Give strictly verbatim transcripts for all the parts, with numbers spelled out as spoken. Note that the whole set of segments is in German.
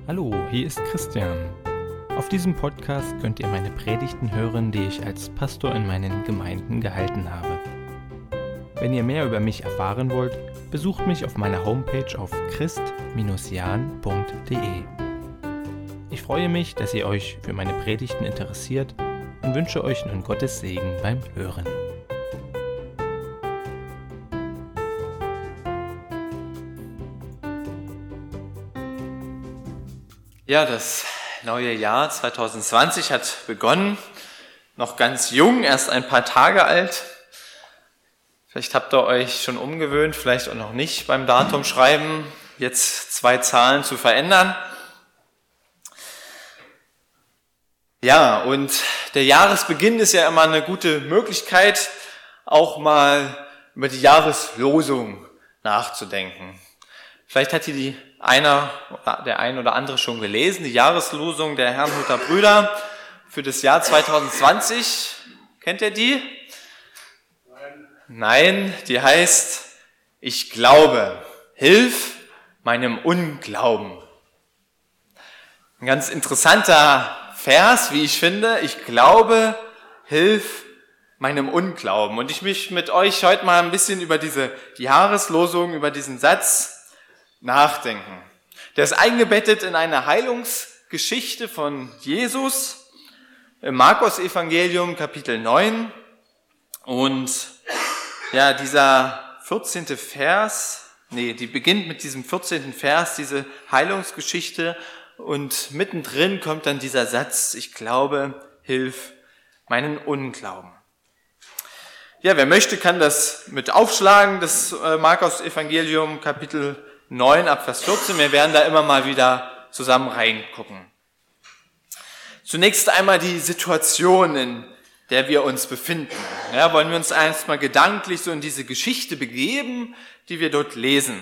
Hallo, hier ist Christian. Auf diesem Podcast könnt ihr meine Predigten hören, die ich als Pastor in meinen Gemeinden gehalten habe. Wenn ihr mehr über mich erfahren wollt, besucht mich auf meiner Homepage auf christ Bindestrich jan punkt de. Ich freue mich, dass ihr euch für meine Predigten interessiert und wünsche euch nun Gottes Segen beim Hören. Ja, das neue Jahr zwanzig zwanzig hat begonnen, noch ganz jung, erst ein paar Tage alt. Vielleicht habt ihr euch schon umgewöhnt, vielleicht auch noch nicht beim Datumschreiben, jetzt zwei Zahlen zu verändern. Ja, und der Jahresbeginn ist ja immer eine gute Möglichkeit, auch mal über die Jahreslosung nachzudenken. Vielleicht hat die einer, der ein oder andere schon gelesen, die Jahreslosung der Herrnhuter Brüder für das Jahr zwanzig zwanzig. Kennt ihr die? Nein. Nein, die heißt, ich glaube, hilf meinem Unglauben. Ein ganz interessanter Vers, wie ich finde. Ich glaube, hilf meinem Unglauben. Und ich möchte mit euch heute mal ein bisschen über diese Jahreslosung, über diesen Satz nachdenken. Der ist eingebettet in eine Heilungsgeschichte von Jesus im Markus-Evangelium, Kapitel neun. Und ja, dieser vierzehnte Vers, nee, die beginnt mit diesem vierzehnten Vers, diese Heilungsgeschichte. Und mittendrin kommt dann dieser Satz, ich glaube, hilf meinen Unglauben. Ja, wer möchte, kann das mit aufschlagen, das Markus-Evangelium, Kapitel neun ab Vers vierzehn. Wir werden da immer mal wieder zusammen reingucken. Zunächst einmal die Situation, in der wir uns befinden. Ja, wollen wir uns erstmal gedanklich so in diese Geschichte begeben, die wir dort lesen.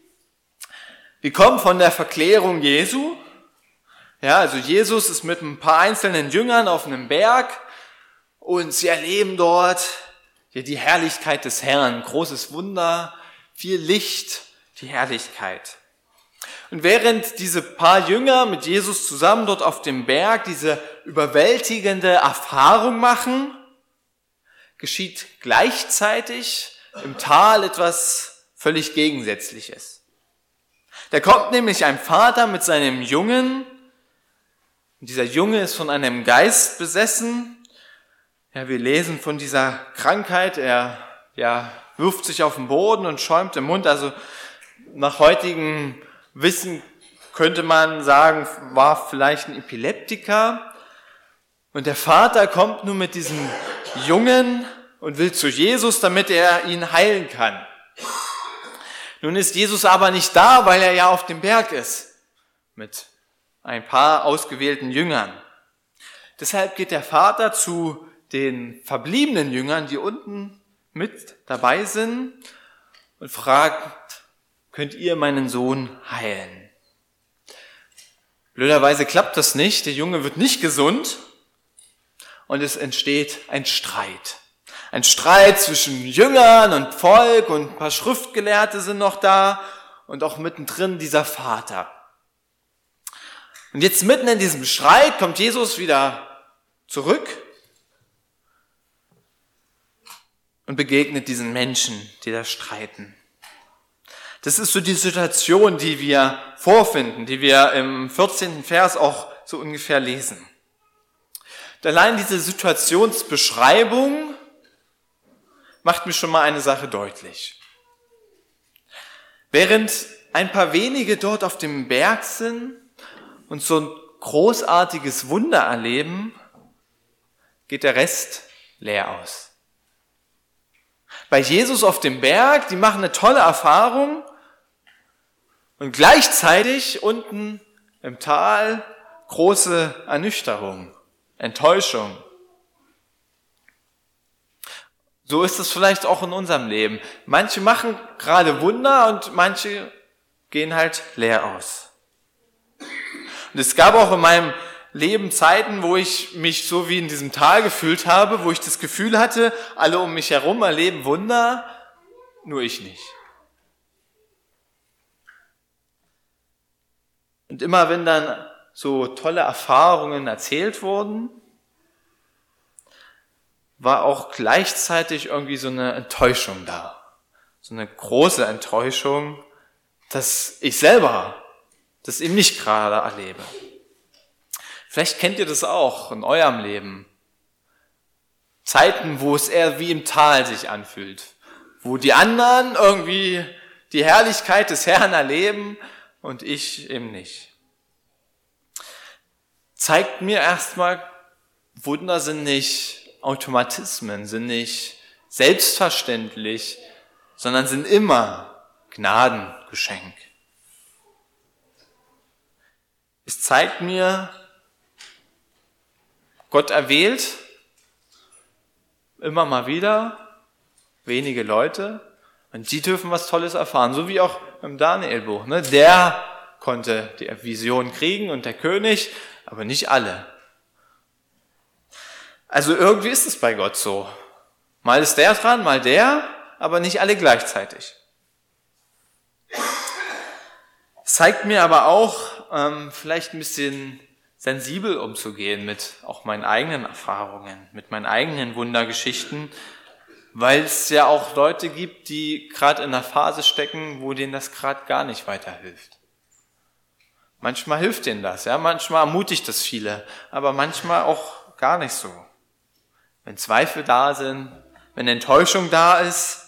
Wir kommen von der Verklärung Jesu. Ja, also Jesus ist mit ein paar einzelnen Jüngern auf einem Berg und sie erleben dort ja, die Herrlichkeit des Herrn. Großes Wunder, viel Licht, die Herrlichkeit. Und während diese paar Jünger mit Jesus zusammen dort auf dem Berg diese überwältigende Erfahrung machen, geschieht gleichzeitig im Tal etwas völlig Gegensätzliches. Da kommt nämlich ein Vater mit seinem Jungen, und dieser Junge ist von einem Geist besessen. Ja, wir lesen von dieser Krankheit, er ja, wirft sich auf den Boden und schäumt im Mund, also nach heutigem Wissen könnte man sagen, war vielleicht ein Epileptiker. Und der Vater kommt nun mit diesem Jungen und will zu Jesus, damit er ihn heilen kann. Nun ist Jesus aber nicht da, weil er ja auf dem Berg ist, mit ein paar ausgewählten Jüngern. Deshalb geht der Vater zu den verbliebenen Jüngern, die unten mit dabei sind, und fragt, könnt ihr meinen Sohn heilen? Blöderweise klappt das nicht, der Junge wird nicht gesund und es entsteht ein Streit. Ein Streit zwischen Jüngern und Volk und ein paar Schriftgelehrte sind noch da und auch mittendrin dieser Vater. Und jetzt mitten in diesem Streit kommt Jesus wieder zurück und begegnet diesen Menschen, die da streiten. Das ist so die Situation, die wir vorfinden, die wir im vierzehnten Vers auch so ungefähr lesen. Und allein diese Situationsbeschreibung macht mir schon mal eine Sache deutlich. Während ein paar wenige dort auf dem Berg sind und so ein großartiges Wunder erleben, geht der Rest leer aus. Bei Jesus auf dem Berg, die machen eine tolle Erfahrung, und gleichzeitig unten im Tal große Ernüchterung, Enttäuschung. So ist es vielleicht auch in unserem Leben. Manche machen gerade Wunder und manche gehen halt leer aus. Und es gab auch in meinem Leben Zeiten, wo ich mich so wie in diesem Tal gefühlt habe, wo ich das Gefühl hatte, alle um mich herum erleben Wunder, nur ich nicht. Und immer wenn dann so tolle Erfahrungen erzählt wurden, war auch gleichzeitig irgendwie so eine Enttäuschung da. So eine große Enttäuschung, dass ich selber das eben nicht gerade erlebe. Vielleicht kennt ihr das auch in eurem Leben. Zeiten, wo es eher wie im Tal sich anfühlt. Wo die anderen irgendwie die Herrlichkeit des Herrn erleben und ich eben nicht. Zeigt mir erstmal, Wunder sind nicht Automatismen, sind nicht selbstverständlich, sondern sind immer Gnadengeschenk. Es zeigt mir, Gott erwählt immer mal wieder wenige Leute und die dürfen was Tolles erfahren, so wie auch im Daniel-Buch. Ne? Der konnte die Vision kriegen und der König, aber nicht alle. Also irgendwie ist es bei Gott so. Mal ist der dran, mal der, aber nicht alle gleichzeitig. Es zeigt mir aber auch, ähm, vielleicht ein bisschen sensibel umzugehen mit auch meinen eigenen Erfahrungen, mit meinen eigenen Wundergeschichten, weil es ja auch Leute gibt, die gerade in einer Phase stecken, wo denen das gerade gar nicht weiterhilft. Manchmal hilft denen das, ja, manchmal ermutigt das viele, aber manchmal auch gar nicht so. Wenn Zweifel da sind, wenn Enttäuschung da ist,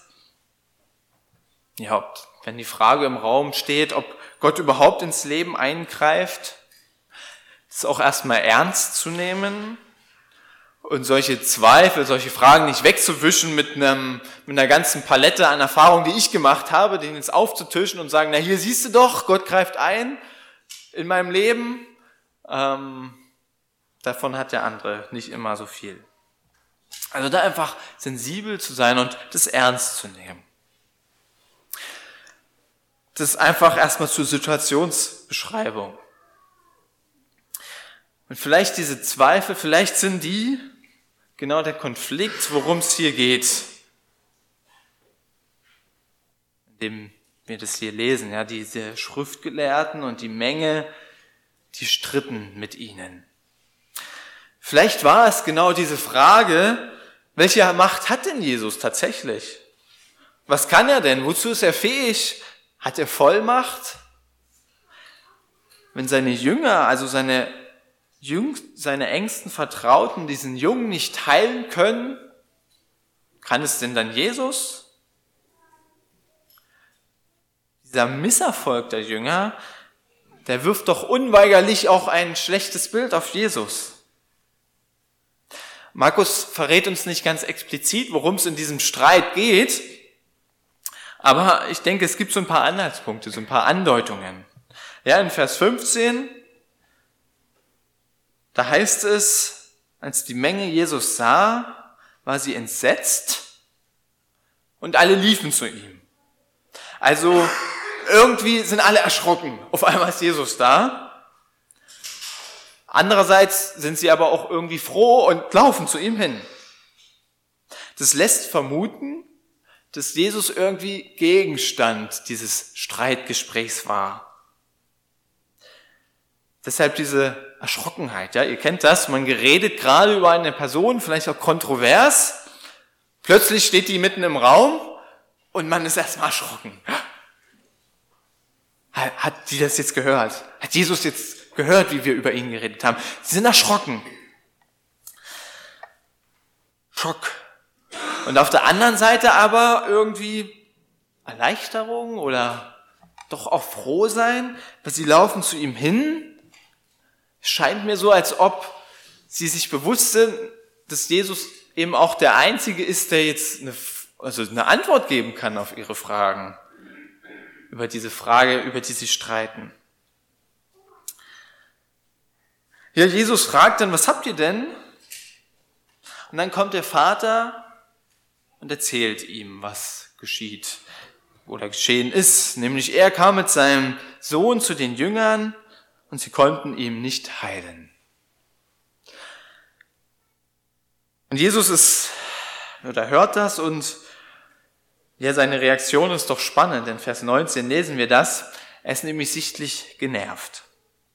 ja, wenn die Frage im Raum steht, ob Gott überhaupt ins Leben eingreift, ist auch erstmal ernst zu nehmen und solche Zweifel, solche Fragen nicht wegzuwischen mit einem, mit einer ganzen Palette an Erfahrungen, die ich gemacht habe, denen jetzt aufzutischen und sagen, na hier siehst du doch, Gott greift ein in meinem Leben. Ähm, davon hat der andere nicht immer so viel. Also da einfach sensibel zu sein und das ernst zu nehmen. Das ist einfach erstmal zur Situationsbeschreibung. Und vielleicht diese Zweifel, vielleicht sind die genau der Konflikt, worum es hier geht. Indem wir das hier lesen, ja, diese Schriftgelehrten und die Menge, die stritten mit ihnen. Vielleicht war es genau diese Frage, welche Macht hat denn Jesus tatsächlich? Was kann er denn? Wozu ist er fähig? Hat er Vollmacht? Wenn seine Jünger, also seine Jüng, seine engsten Vertrauten diesen Jungen nicht heilen können, kann es denn dann Jesus? Dieser Misserfolg der Jünger, der wirft doch unweigerlich auch ein schlechtes Bild auf Jesus. Markus verrät uns nicht ganz explizit, worum es in diesem Streit geht, aber ich denke, es gibt so ein paar Anhaltspunkte, so ein paar Andeutungen. Ja, in Vers fünfzehn, da heißt es, als die Menge Jesus sah, war sie entsetzt und alle liefen zu ihm. Also irgendwie sind alle erschrocken. Auf einmal ist Jesus da. Andererseits sind sie aber auch irgendwie froh und laufen zu ihm hin. Das lässt vermuten, dass Jesus irgendwie Gegenstand dieses Streitgesprächs war. Deshalb diese Erschrockenheit. Ja, ihr kennt das, man geredet gerade über eine Person, vielleicht auch kontrovers. Plötzlich steht die mitten im Raum und man ist erstmal erschrocken. Hat die das jetzt gehört? Hat Jesus jetzt gehört, wie wir über ihn geredet haben? Sie sind erschrocken. Schock. Und auf der anderen Seite aber irgendwie Erleichterung oder doch auch froh sein, weil sie laufen zu ihm hin. Es scheint mir so, als ob sie sich bewusst sind, dass Jesus eben auch der Einzige ist, der jetzt eine, also eine Antwort geben kann auf ihre Fragen. Über diese Frage, über die sie streiten. Ja, Jesus fragt dann, was habt ihr denn? Und dann kommt der Vater und erzählt ihm, was geschieht oder geschehen ist. Nämlich er kam mit seinem Sohn zu den Jüngern und sie konnten ihn nicht heilen. Und Jesus ist, oder hört das und ja, seine Reaktion ist doch spannend. In Vers neunzehn lesen wir das. Er ist nämlich sichtlich genervt.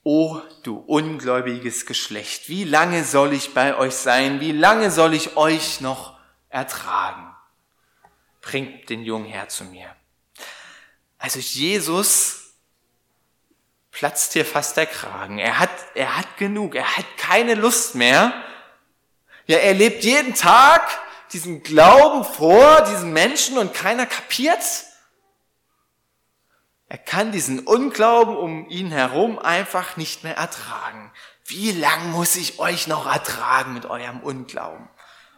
O du ungläubiges Geschlecht, wie lange soll ich bei euch sein? Wie lange soll ich euch noch ertragen? Bringt den Jungen her zu mir. Also Jesus platzt hier fast der Kragen. Er hat, er hat genug. Er hat keine Lust mehr. Ja, er lebt jeden Tag diesen Glauben vor, diesen Menschen, und keiner kapiert's. Er kann diesen Unglauben um ihn herum einfach nicht mehr ertragen. Wie lang muss ich euch noch ertragen mit eurem Unglauben?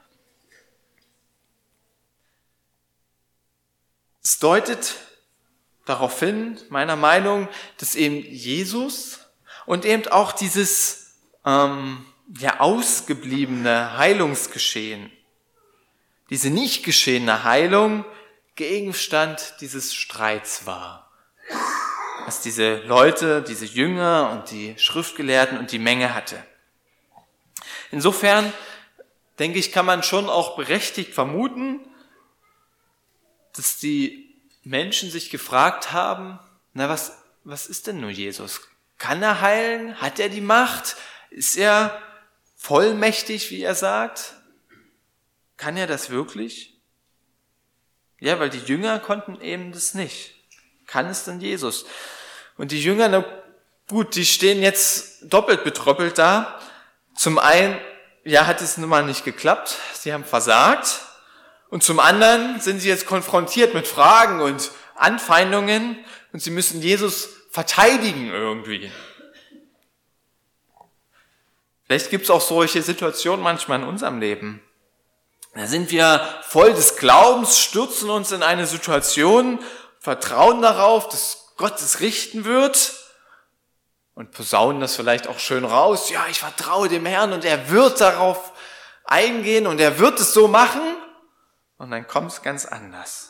Es deutet darauf hin, meiner Meinung, dass eben Jesus und eben auch dieses ähm, ja, ausgebliebene Heilungsgeschehen, diese nicht geschehene Heilung, Gegenstand dieses Streits war. Was diese Leute, diese Jünger und die Schriftgelehrten und die Menge hatte. Insofern, denke ich, kann man schon auch berechtigt vermuten, dass die Menschen sich gefragt haben, na, was, was ist denn nur Jesus? Kann er heilen? Hat er die Macht? Ist er vollmächtig, wie er sagt? Kann er das wirklich? Ja, weil die Jünger konnten eben das nicht. Kann es denn Jesus? Und die Jünger, na gut, die stehen jetzt doppelt betröppelt da. Zum einen, ja, hat es nun mal nicht geklappt. Sie haben versagt. Und zum anderen sind sie jetzt konfrontiert mit Fragen und Anfeindungen und sie müssen Jesus verteidigen irgendwie. Vielleicht gibt es auch solche Situationen manchmal in unserem Leben. Da sind wir voll des Glaubens, stürzen uns in eine Situation, vertrauen darauf, dass Gott es richten wird und posaunen das vielleicht auch schön raus. Ja, ich vertraue dem Herrn und er wird darauf eingehen und er wird es so machen. Und dann kommt es ganz anders.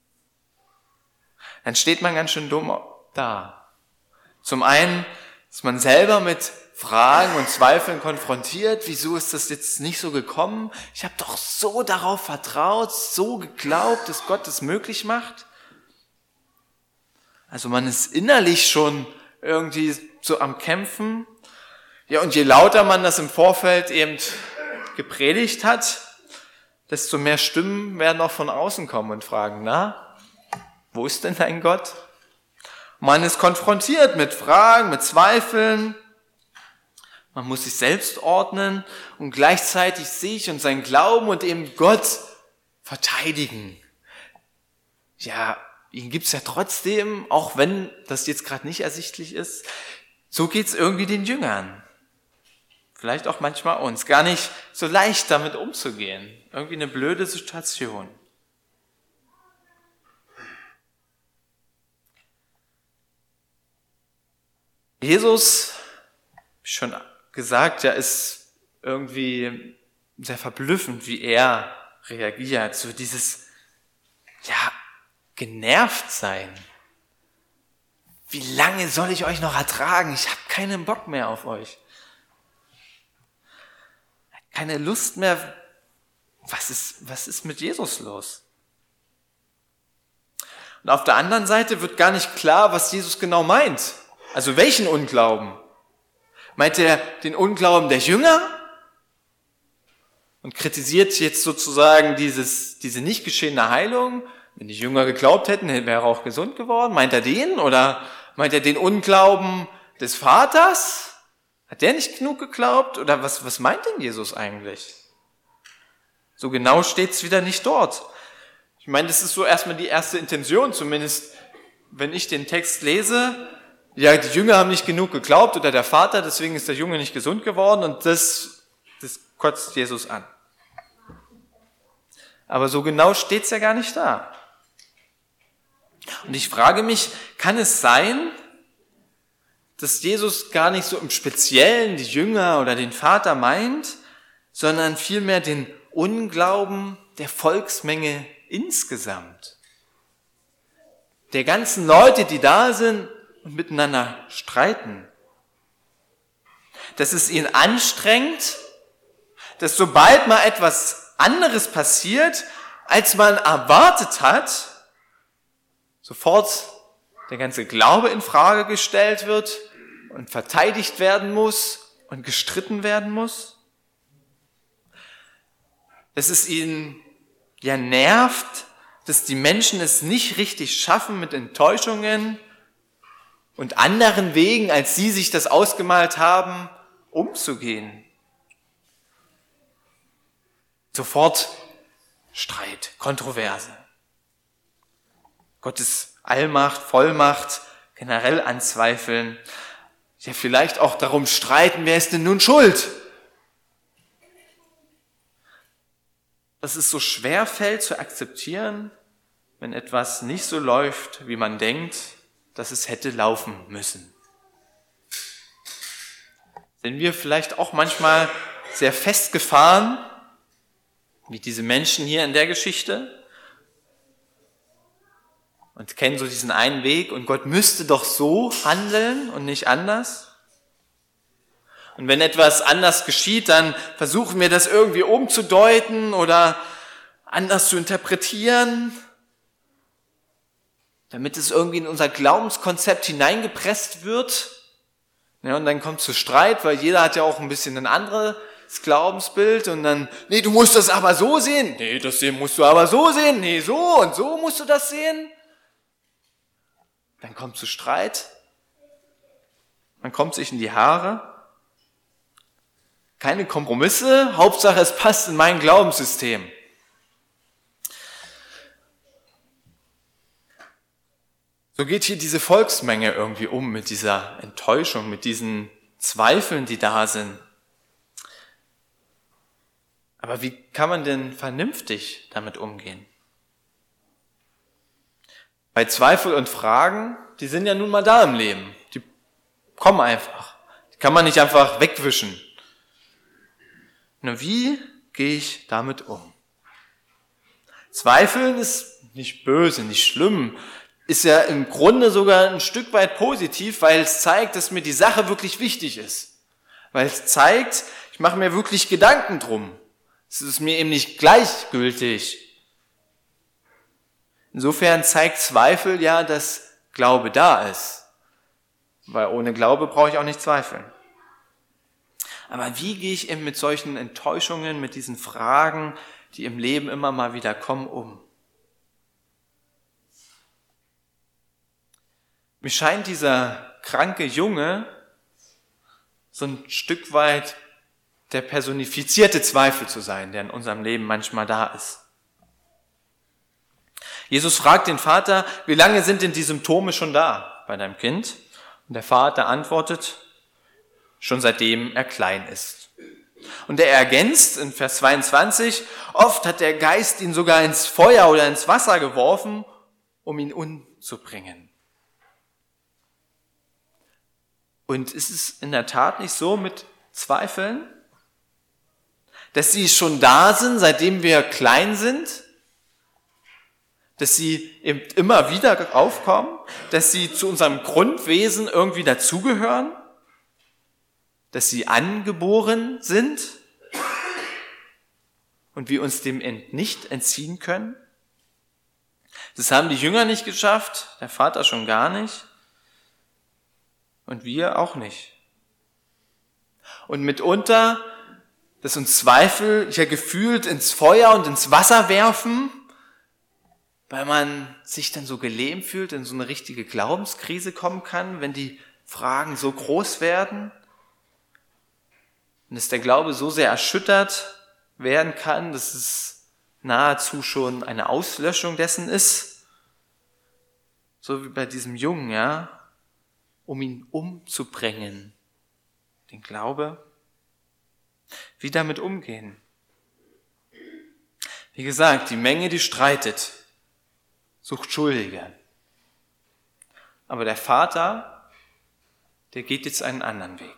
Dann steht man ganz schön dumm da. Zum einen ist man selber mit Fragen und Zweifeln konfrontiert. Wieso ist das jetzt nicht so gekommen? Ich habe doch so darauf vertraut, so geglaubt, dass Gott es möglich macht. Also man ist innerlich schon irgendwie so am Kämpfen. Ja, und je lauter man das im Vorfeld eben gepredigt hat, desto mehr Stimmen werden auch von außen kommen und fragen, na, wo ist denn dein Gott? Man ist konfrontiert mit Fragen, mit Zweifeln. Man muss sich selbst ordnen und gleichzeitig sich und sein Glauben und eben Gott verteidigen. Ja, ihn gibt's ja trotzdem, auch wenn das jetzt gerade nicht ersichtlich ist. So geht's irgendwie den Jüngern. Vielleicht auch manchmal uns. Gar nicht so leicht damit umzugehen. Irgendwie eine blöde Situation. Jesus, wie schon gesagt, ja, ist irgendwie sehr verblüffend, wie er reagiert. So dieses, ja, genervt sein. Wie lange soll ich euch noch ertragen? Ich habe keinen Bock mehr auf euch. Keine Lust mehr. Was ist, was ist mit Jesus los? Und auf der anderen Seite wird gar nicht klar, was Jesus genau meint. Also welchen Unglauben? Meint er den Unglauben der Jünger? Und kritisiert jetzt sozusagen dieses, diese nicht geschehene Heilung? Wenn die Jünger geglaubt hätten, wäre er auch gesund geworden. Meint er den? Oder meint er den Unglauben des Vaters? Hat der nicht genug geglaubt? Oder was, was meint denn Jesus eigentlich? So genau steht's wieder nicht dort. Ich meine, das ist so erstmal die erste Intention, zumindest wenn ich den Text lese. Ja, die Jünger haben nicht genug geglaubt oder der Vater, deswegen ist der Junge nicht gesund geworden und das, das kotzt Jesus an. Aber so genau steht's ja gar nicht da. Und ich frage mich, kann es sein, dass Jesus gar nicht so im Speziellen die Jünger oder den Vater meint, sondern vielmehr den Unglauben der Volksmenge insgesamt. Der ganzen Leute, die da sind und miteinander streiten. Dass es ihnen anstrengt, dass sobald mal etwas anderes passiert, als man erwartet hat, sofort der ganze Glaube in Frage gestellt wird und verteidigt werden muss und gestritten werden muss. Dass es ihn ja nervt, dass die Menschen es nicht richtig schaffen, mit Enttäuschungen und anderen Wegen, als sie sich das ausgemalt haben, umzugehen. Sofort Streit, Kontroverse. Gottes Allmacht, Vollmacht generell anzweifeln. Ja, vielleicht auch darum streiten, wer ist denn nun schuld? Dass es so schwer fällt zu akzeptieren, wenn etwas nicht so läuft, wie man denkt, dass es hätte laufen müssen. Sind wir vielleicht auch manchmal sehr festgefahren, wie diese Menschen hier in der Geschichte, und kennen so diesen einen Weg und Gott müsste doch so handeln und nicht anders? Und wenn etwas anders geschieht, dann versuchen wir das irgendwie umzudeuten oder anders zu interpretieren, damit es irgendwie in unser Glaubenskonzept hineingepresst wird. Ja, und dann kommt es zu Streit, weil jeder hat ja auch ein bisschen ein anderes Glaubensbild und dann, nee, du musst das aber so sehen. Nee, das musst du aber so sehen. Nee, so und so musst du das sehen. Dann kommt es zu Streit. Man kommt sich in die Haare. Keine Kompromisse, Hauptsache es passt in mein Glaubenssystem. So geht hier diese Volksmenge irgendwie um mit dieser Enttäuschung, mit diesen Zweifeln, die da sind. Aber wie kann man denn vernünftig damit umgehen? Bei Zweifel und Fragen, die sind ja nun mal da im Leben. Die kommen einfach. Die kann man nicht einfach wegwischen. Nur wie gehe ich damit um? Zweifeln ist nicht böse, nicht schlimm. Ist ja im Grunde sogar ein Stück weit positiv, weil es zeigt, dass mir die Sache wirklich wichtig ist. Weil es zeigt, ich mache mir wirklich Gedanken drum. Es ist mir eben nicht gleichgültig. Insofern zeigt Zweifel ja, dass Glaube da ist. Weil ohne Glaube brauche ich auch nicht zweifeln. Aber wie gehe ich eben mit solchen Enttäuschungen, mit diesen Fragen, die im Leben immer mal wieder kommen, um? Mir scheint dieser kranke Junge so ein Stück weit der personifizierte Zweifel zu sein, der in unserem Leben manchmal da ist. Jesus fragt den Vater, wie lange sind denn die Symptome schon da bei deinem Kind? Und der Vater antwortet, schon seitdem er klein ist. Und er ergänzt in Vers zweiundzwanzig, oft hat der Geist ihn sogar ins Feuer oder ins Wasser geworfen, um ihn umzubringen. Und ist es in der Tat nicht so mit Zweifeln, dass sie schon da sind, seitdem wir klein sind? Dass sie eben immer wieder aufkommen? Dass sie zu unserem Grundwesen irgendwie dazugehören? Dass sie angeboren sind und wir uns dem nicht entziehen können? Das haben die Jünger nicht geschafft, der Vater schon gar nicht und wir auch nicht. Und mitunter, dass uns Zweifel ja gefühlt ins Feuer und ins Wasser werfen, weil man sich dann so gelähmt fühlt, in so eine richtige Glaubenskrise kommen kann, wenn die Fragen so groß werden. Und dass der Glaube so sehr erschüttert werden kann, dass es nahezu schon eine Auslöschung dessen ist. So wie bei diesem Jungen, ja, um ihn umzubringen. Den Glaube. Wie damit umgehen? Wie gesagt, die Menge, die streitet, sucht Schuldige. Aber der Vater, der geht jetzt einen anderen Weg.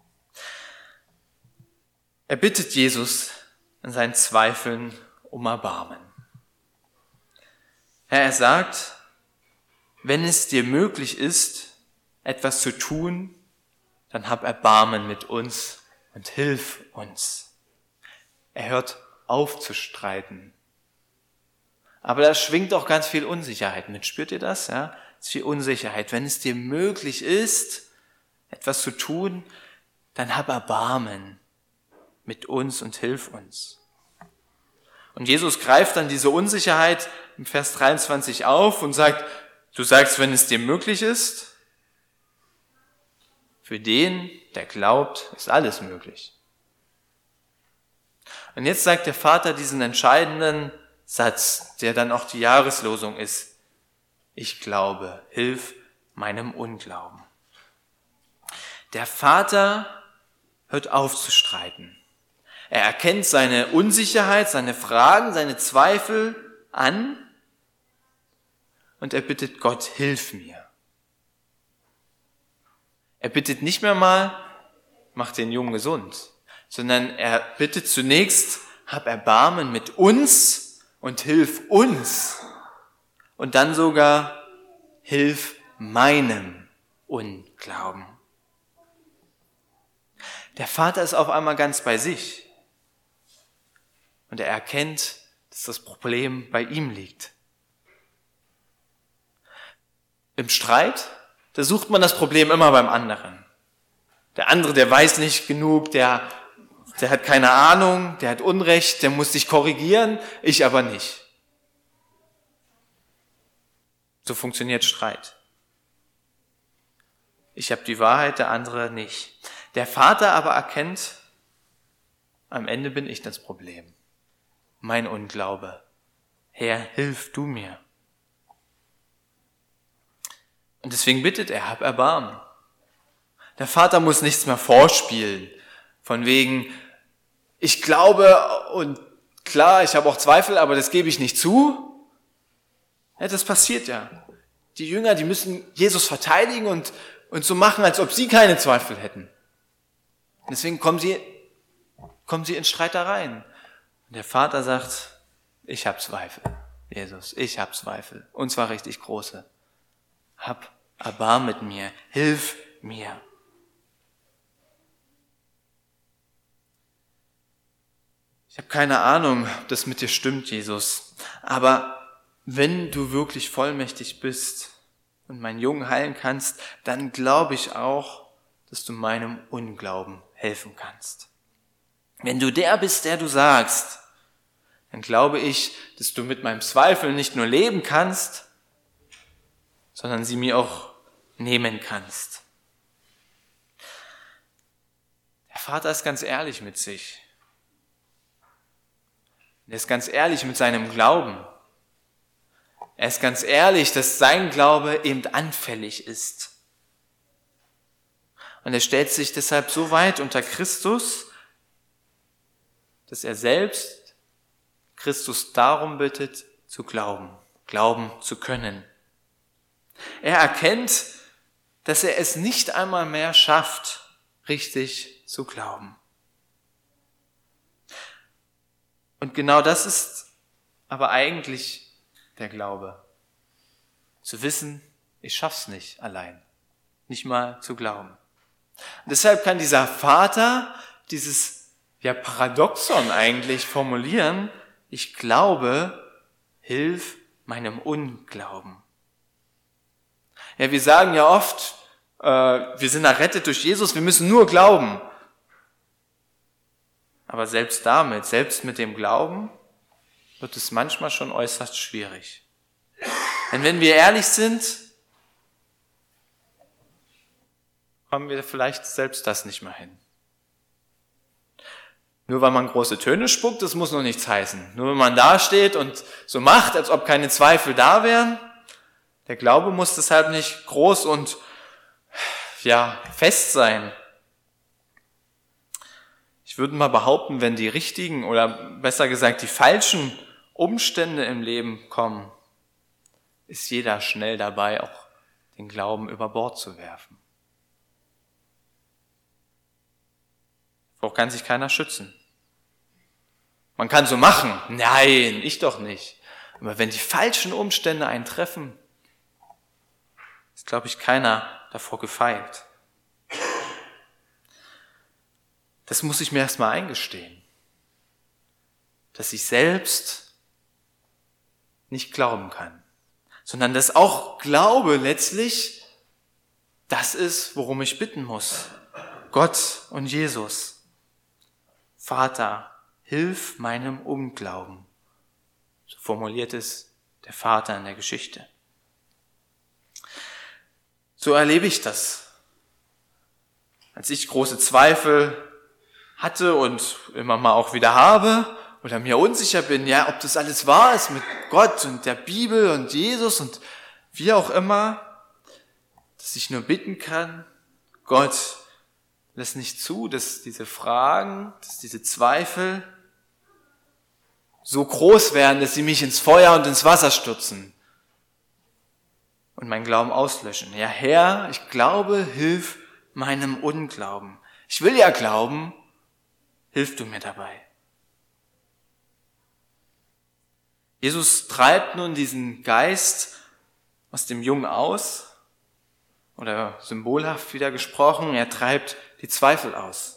Er bittet Jesus in seinen Zweifeln um Erbarmen. Herr, er sagt, wenn es dir möglich ist, etwas zu tun, dann hab Erbarmen mit uns und hilf uns. Er hört auf zu streiten. Aber da schwingt auch ganz viel Unsicherheit mit. Spürt ihr das? Ja, das ist viel Unsicherheit. Wenn es dir möglich ist, etwas zu tun, dann hab Erbarmen mit uns und hilf uns. Und Jesus greift dann diese Unsicherheit im Vers dreiundzwanzig auf und sagt, du sagst, wenn es dir möglich ist, für den, der glaubt, ist alles möglich. Und jetzt sagt der Vater diesen entscheidenden Satz, der dann auch die Jahreslosung ist. Ich glaube, hilf meinem Unglauben. Der Vater hört auf zu streiten. Er erkennt seine Unsicherheit, seine Fragen, seine Zweifel an und er bittet Gott, hilf mir. Er bittet nicht mehr mal, mach den Jungen gesund, sondern er bittet zunächst, hab Erbarmen mit uns und hilf uns. Und dann sogar, hilf meinem Unglauben. Der Vater ist auf einmal ganz bei sich. Und er erkennt, dass das Problem bei ihm liegt. Im Streit, da sucht man das Problem immer beim anderen. Der andere, der weiß nicht genug, der, der hat keine Ahnung, der hat Unrecht, der muss sich korrigieren, ich aber nicht. So funktioniert Streit. Ich habe die Wahrheit, der andere nicht. Der Vater aber erkennt, am Ende bin ich das Problem. Mein Unglaube. Herr, hilf du mir. Und deswegen bittet er, hab Erbarmen. Der Vater muss nichts mehr vorspielen. Von wegen, ich glaube und klar, ich habe auch Zweifel, aber das gebe ich nicht zu. Ja, das passiert ja. Die Jünger, die müssen Jesus verteidigen und, und so machen, als ob sie keine Zweifel hätten. Deswegen kommen sie, kommen sie in Streitereien. Und der Vater sagt, ich habe Zweifel, Jesus, ich habe Zweifel. Und zwar richtig große. Hab Erbarmen mit mir, hilf mir. Ich habe keine Ahnung, ob das mit dir stimmt, Jesus. Aber wenn du wirklich vollmächtig bist und meinen Jungen heilen kannst, dann glaube ich auch, dass du meinem Unglauben helfen kannst. Wenn du der bist, der du sagst, dann glaube ich, dass du mit meinem Zweifel nicht nur leben kannst, sondern sie mir auch nehmen kannst. Der Vater ist ganz ehrlich mit sich. Er ist ganz ehrlich mit seinem Glauben. Er ist ganz ehrlich, dass sein Glaube eben anfällig ist. Und er stellt sich deshalb so weit unter Christus, dass er selbst Christus darum bittet, zu glauben, glauben zu können. Er erkennt, dass er es nicht einmal mehr schafft, richtig zu glauben. Und genau das ist aber eigentlich der Glaube. Zu wissen, ich schaff's nicht allein, nicht mal zu glauben. Und deshalb kann dieser Vater dieses ja, Paradoxon eigentlich formulieren, ich glaube, hilf meinem Unglauben. Ja, wir sagen ja oft, äh, wir sind errettet durch Jesus, wir müssen nur glauben. Aber selbst damit, selbst mit dem Glauben, wird es manchmal schon äußerst schwierig. Denn wenn wir ehrlich sind, kommen wir vielleicht selbst das nicht mehr hin. Nur weil man große Töne spuckt, das muss noch nichts heißen. Nur wenn man da steht und so macht, als ob keine Zweifel da wären, der Glaube muss deshalb nicht groß und ja fest sein. Ich würde mal behaupten, wenn die richtigen oder besser gesagt die falschen Umstände im Leben kommen, ist jeder schnell dabei, auch den Glauben über Bord zu werfen. Davor kann sich keiner schützen. Man kann so machen. Nein, ich doch nicht. Aber wenn die falschen Umstände eintreffen, ist, glaube ich, keiner davor gefeit. Das muss ich mir erstmal eingestehen, dass ich selbst nicht glauben kann, sondern dass auch Glaube letztlich Das ist, worum ich bitten muss. Gott und Jesus. Vater, hilf meinem Unglauben. So formuliert es der Vater in der Geschichte. So erlebe ich das. Als ich große Zweifel hatte und immer mal auch wieder habe oder mir unsicher bin, ja, ob das alles wahr ist mit Gott und der Bibel und Jesus und wie auch immer, dass ich nur bitten kann, Gott, lass nicht zu, dass diese Fragen, dass diese Zweifel so groß werden, dass sie mich ins Feuer und ins Wasser stürzen und meinen Glauben auslöschen. Ja, Herr, ich glaube, hilf meinem Unglauben. Ich will ja glauben, hilf du mir dabei. Jesus treibt nun diesen Geist aus dem Jungen aus, oder symbolhaft wieder gesprochen, er treibt die Zweifel aus.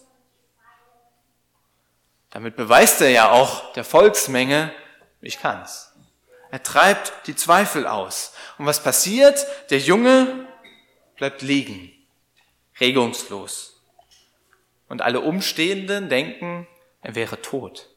Damit beweist er ja auch der Volksmenge, ich kann's. Er treibt die Zweifel aus. Und was passiert? Der Junge bleibt liegen, regungslos. Und alle Umstehenden denken, er wäre tot.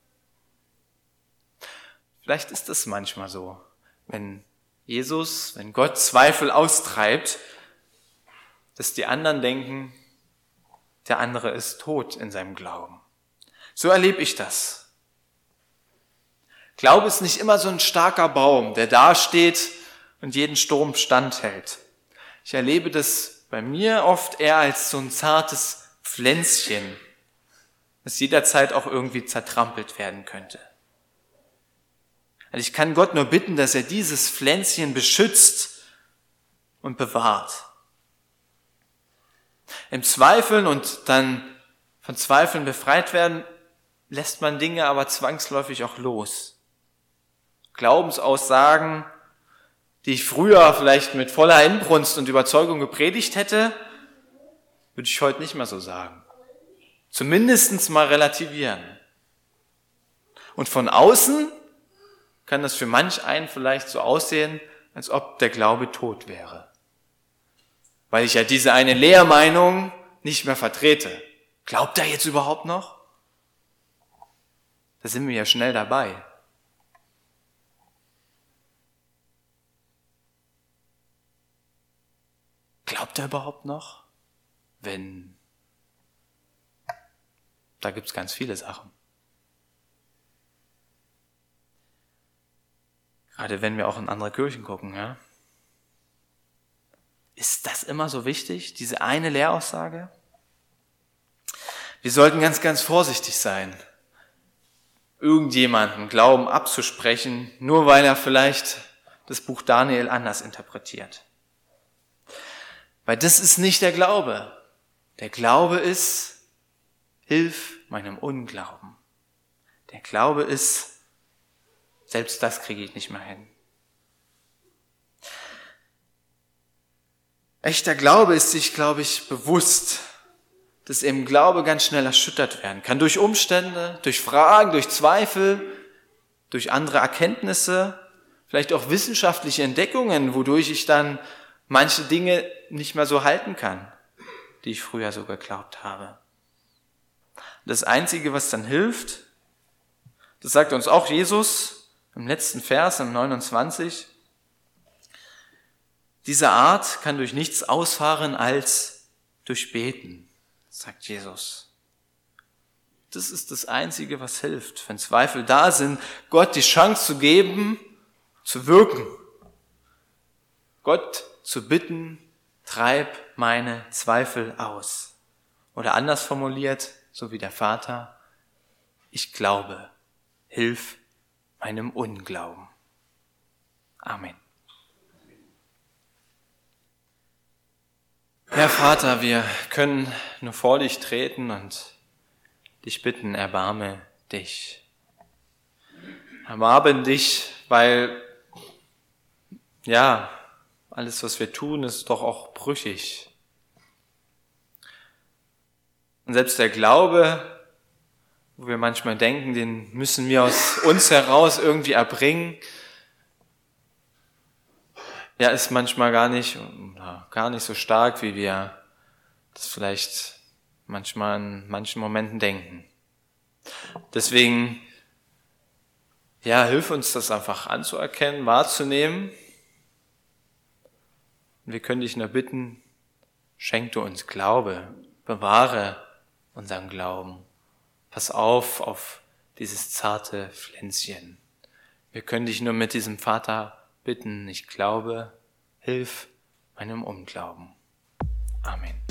Vielleicht ist es manchmal so, wenn Jesus, wenn Gott Zweifel austreibt, dass die anderen denken, der andere ist tot in seinem Glauben. So erlebe ich das. Glaube ist nicht immer so ein starker Baum, der da steht und jeden Sturm standhält. Ich erlebe das bei mir oft eher als so ein zartes Pflänzchen, das jederzeit auch irgendwie zertrampelt werden könnte. Also ich kann Gott nur bitten, dass er dieses Pflänzchen beschützt und bewahrt. Im Zweifeln und dann von Zweifeln befreit werden, lässt man Dinge aber zwangsläufig auch los. Glaubensaussagen, die ich früher vielleicht mit voller Inbrunst und Überzeugung gepredigt hätte, würde ich heute nicht mehr so sagen. Zumindest mal relativieren. Und von außen kann das für manch einen vielleicht so aussehen, als ob der Glaube tot wäre. Weil ich ja diese eine Lehrmeinung nicht mehr vertrete. Glaubt er jetzt überhaupt noch? Da sind wir ja schnell dabei. Glaubt er überhaupt noch? Wenn, da gibt's ganz viele Sachen. Gerade wenn wir auch in andere Kirchen gucken, ja. Ist das immer so wichtig, diese eine Lehraussage? Wir sollten ganz, ganz vorsichtig sein, irgendjemanden Glauben abzusprechen, nur weil er vielleicht das Buch Daniel anders interpretiert. Weil das ist nicht der Glaube. Der Glaube ist, hilf meinem Unglauben. Der Glaube ist, selbst das kriege ich nicht mehr hin. Echter Glaube ist sich, glaube ich, bewusst, dass eben Glaube ganz schnell erschüttert werden kann. Durch Umstände, durch Fragen, durch Zweifel, durch andere Erkenntnisse, vielleicht auch wissenschaftliche Entdeckungen, wodurch ich dann manche Dinge nicht mehr so halten kann, die ich früher so geglaubt habe. Das Einzige, was dann hilft, das sagt uns auch Jesus im letzten Vers, im neunundzwanzig, diese Art kann durch nichts ausfahren als durch Beten, sagt Jesus. Das ist das Einzige, was hilft, wenn Zweifel da sind, Gott die Chance zu geben, zu wirken. Gott zu bitten, treib meine Zweifel aus. Oder anders formuliert, so wie der Vater, ich glaube, hilf meinem Unglauben. Amen. Herr Vater, wir können nur vor dich treten und dich bitten, erbarme dich. Erbarme dich, weil, ja, alles, was wir tun, ist doch auch brüchig. Und selbst der Glaube, wo wir manchmal denken, den müssen wir aus uns heraus irgendwie erbringen, ja, ist manchmal gar nicht, gar nicht so stark, wie wir das vielleicht manchmal in manchen Momenten denken. Deswegen, ja, hilf uns das einfach anzuerkennen, wahrzunehmen. Und wir können dich nur bitten, schenk du uns Glaube, bewahre unseren Glauben. Pass auf auf dieses zarte Pflänzchen. Wir können dich nur mit diesem Vater bitten, ich glaube, hilf meinem Unglauben. Amen.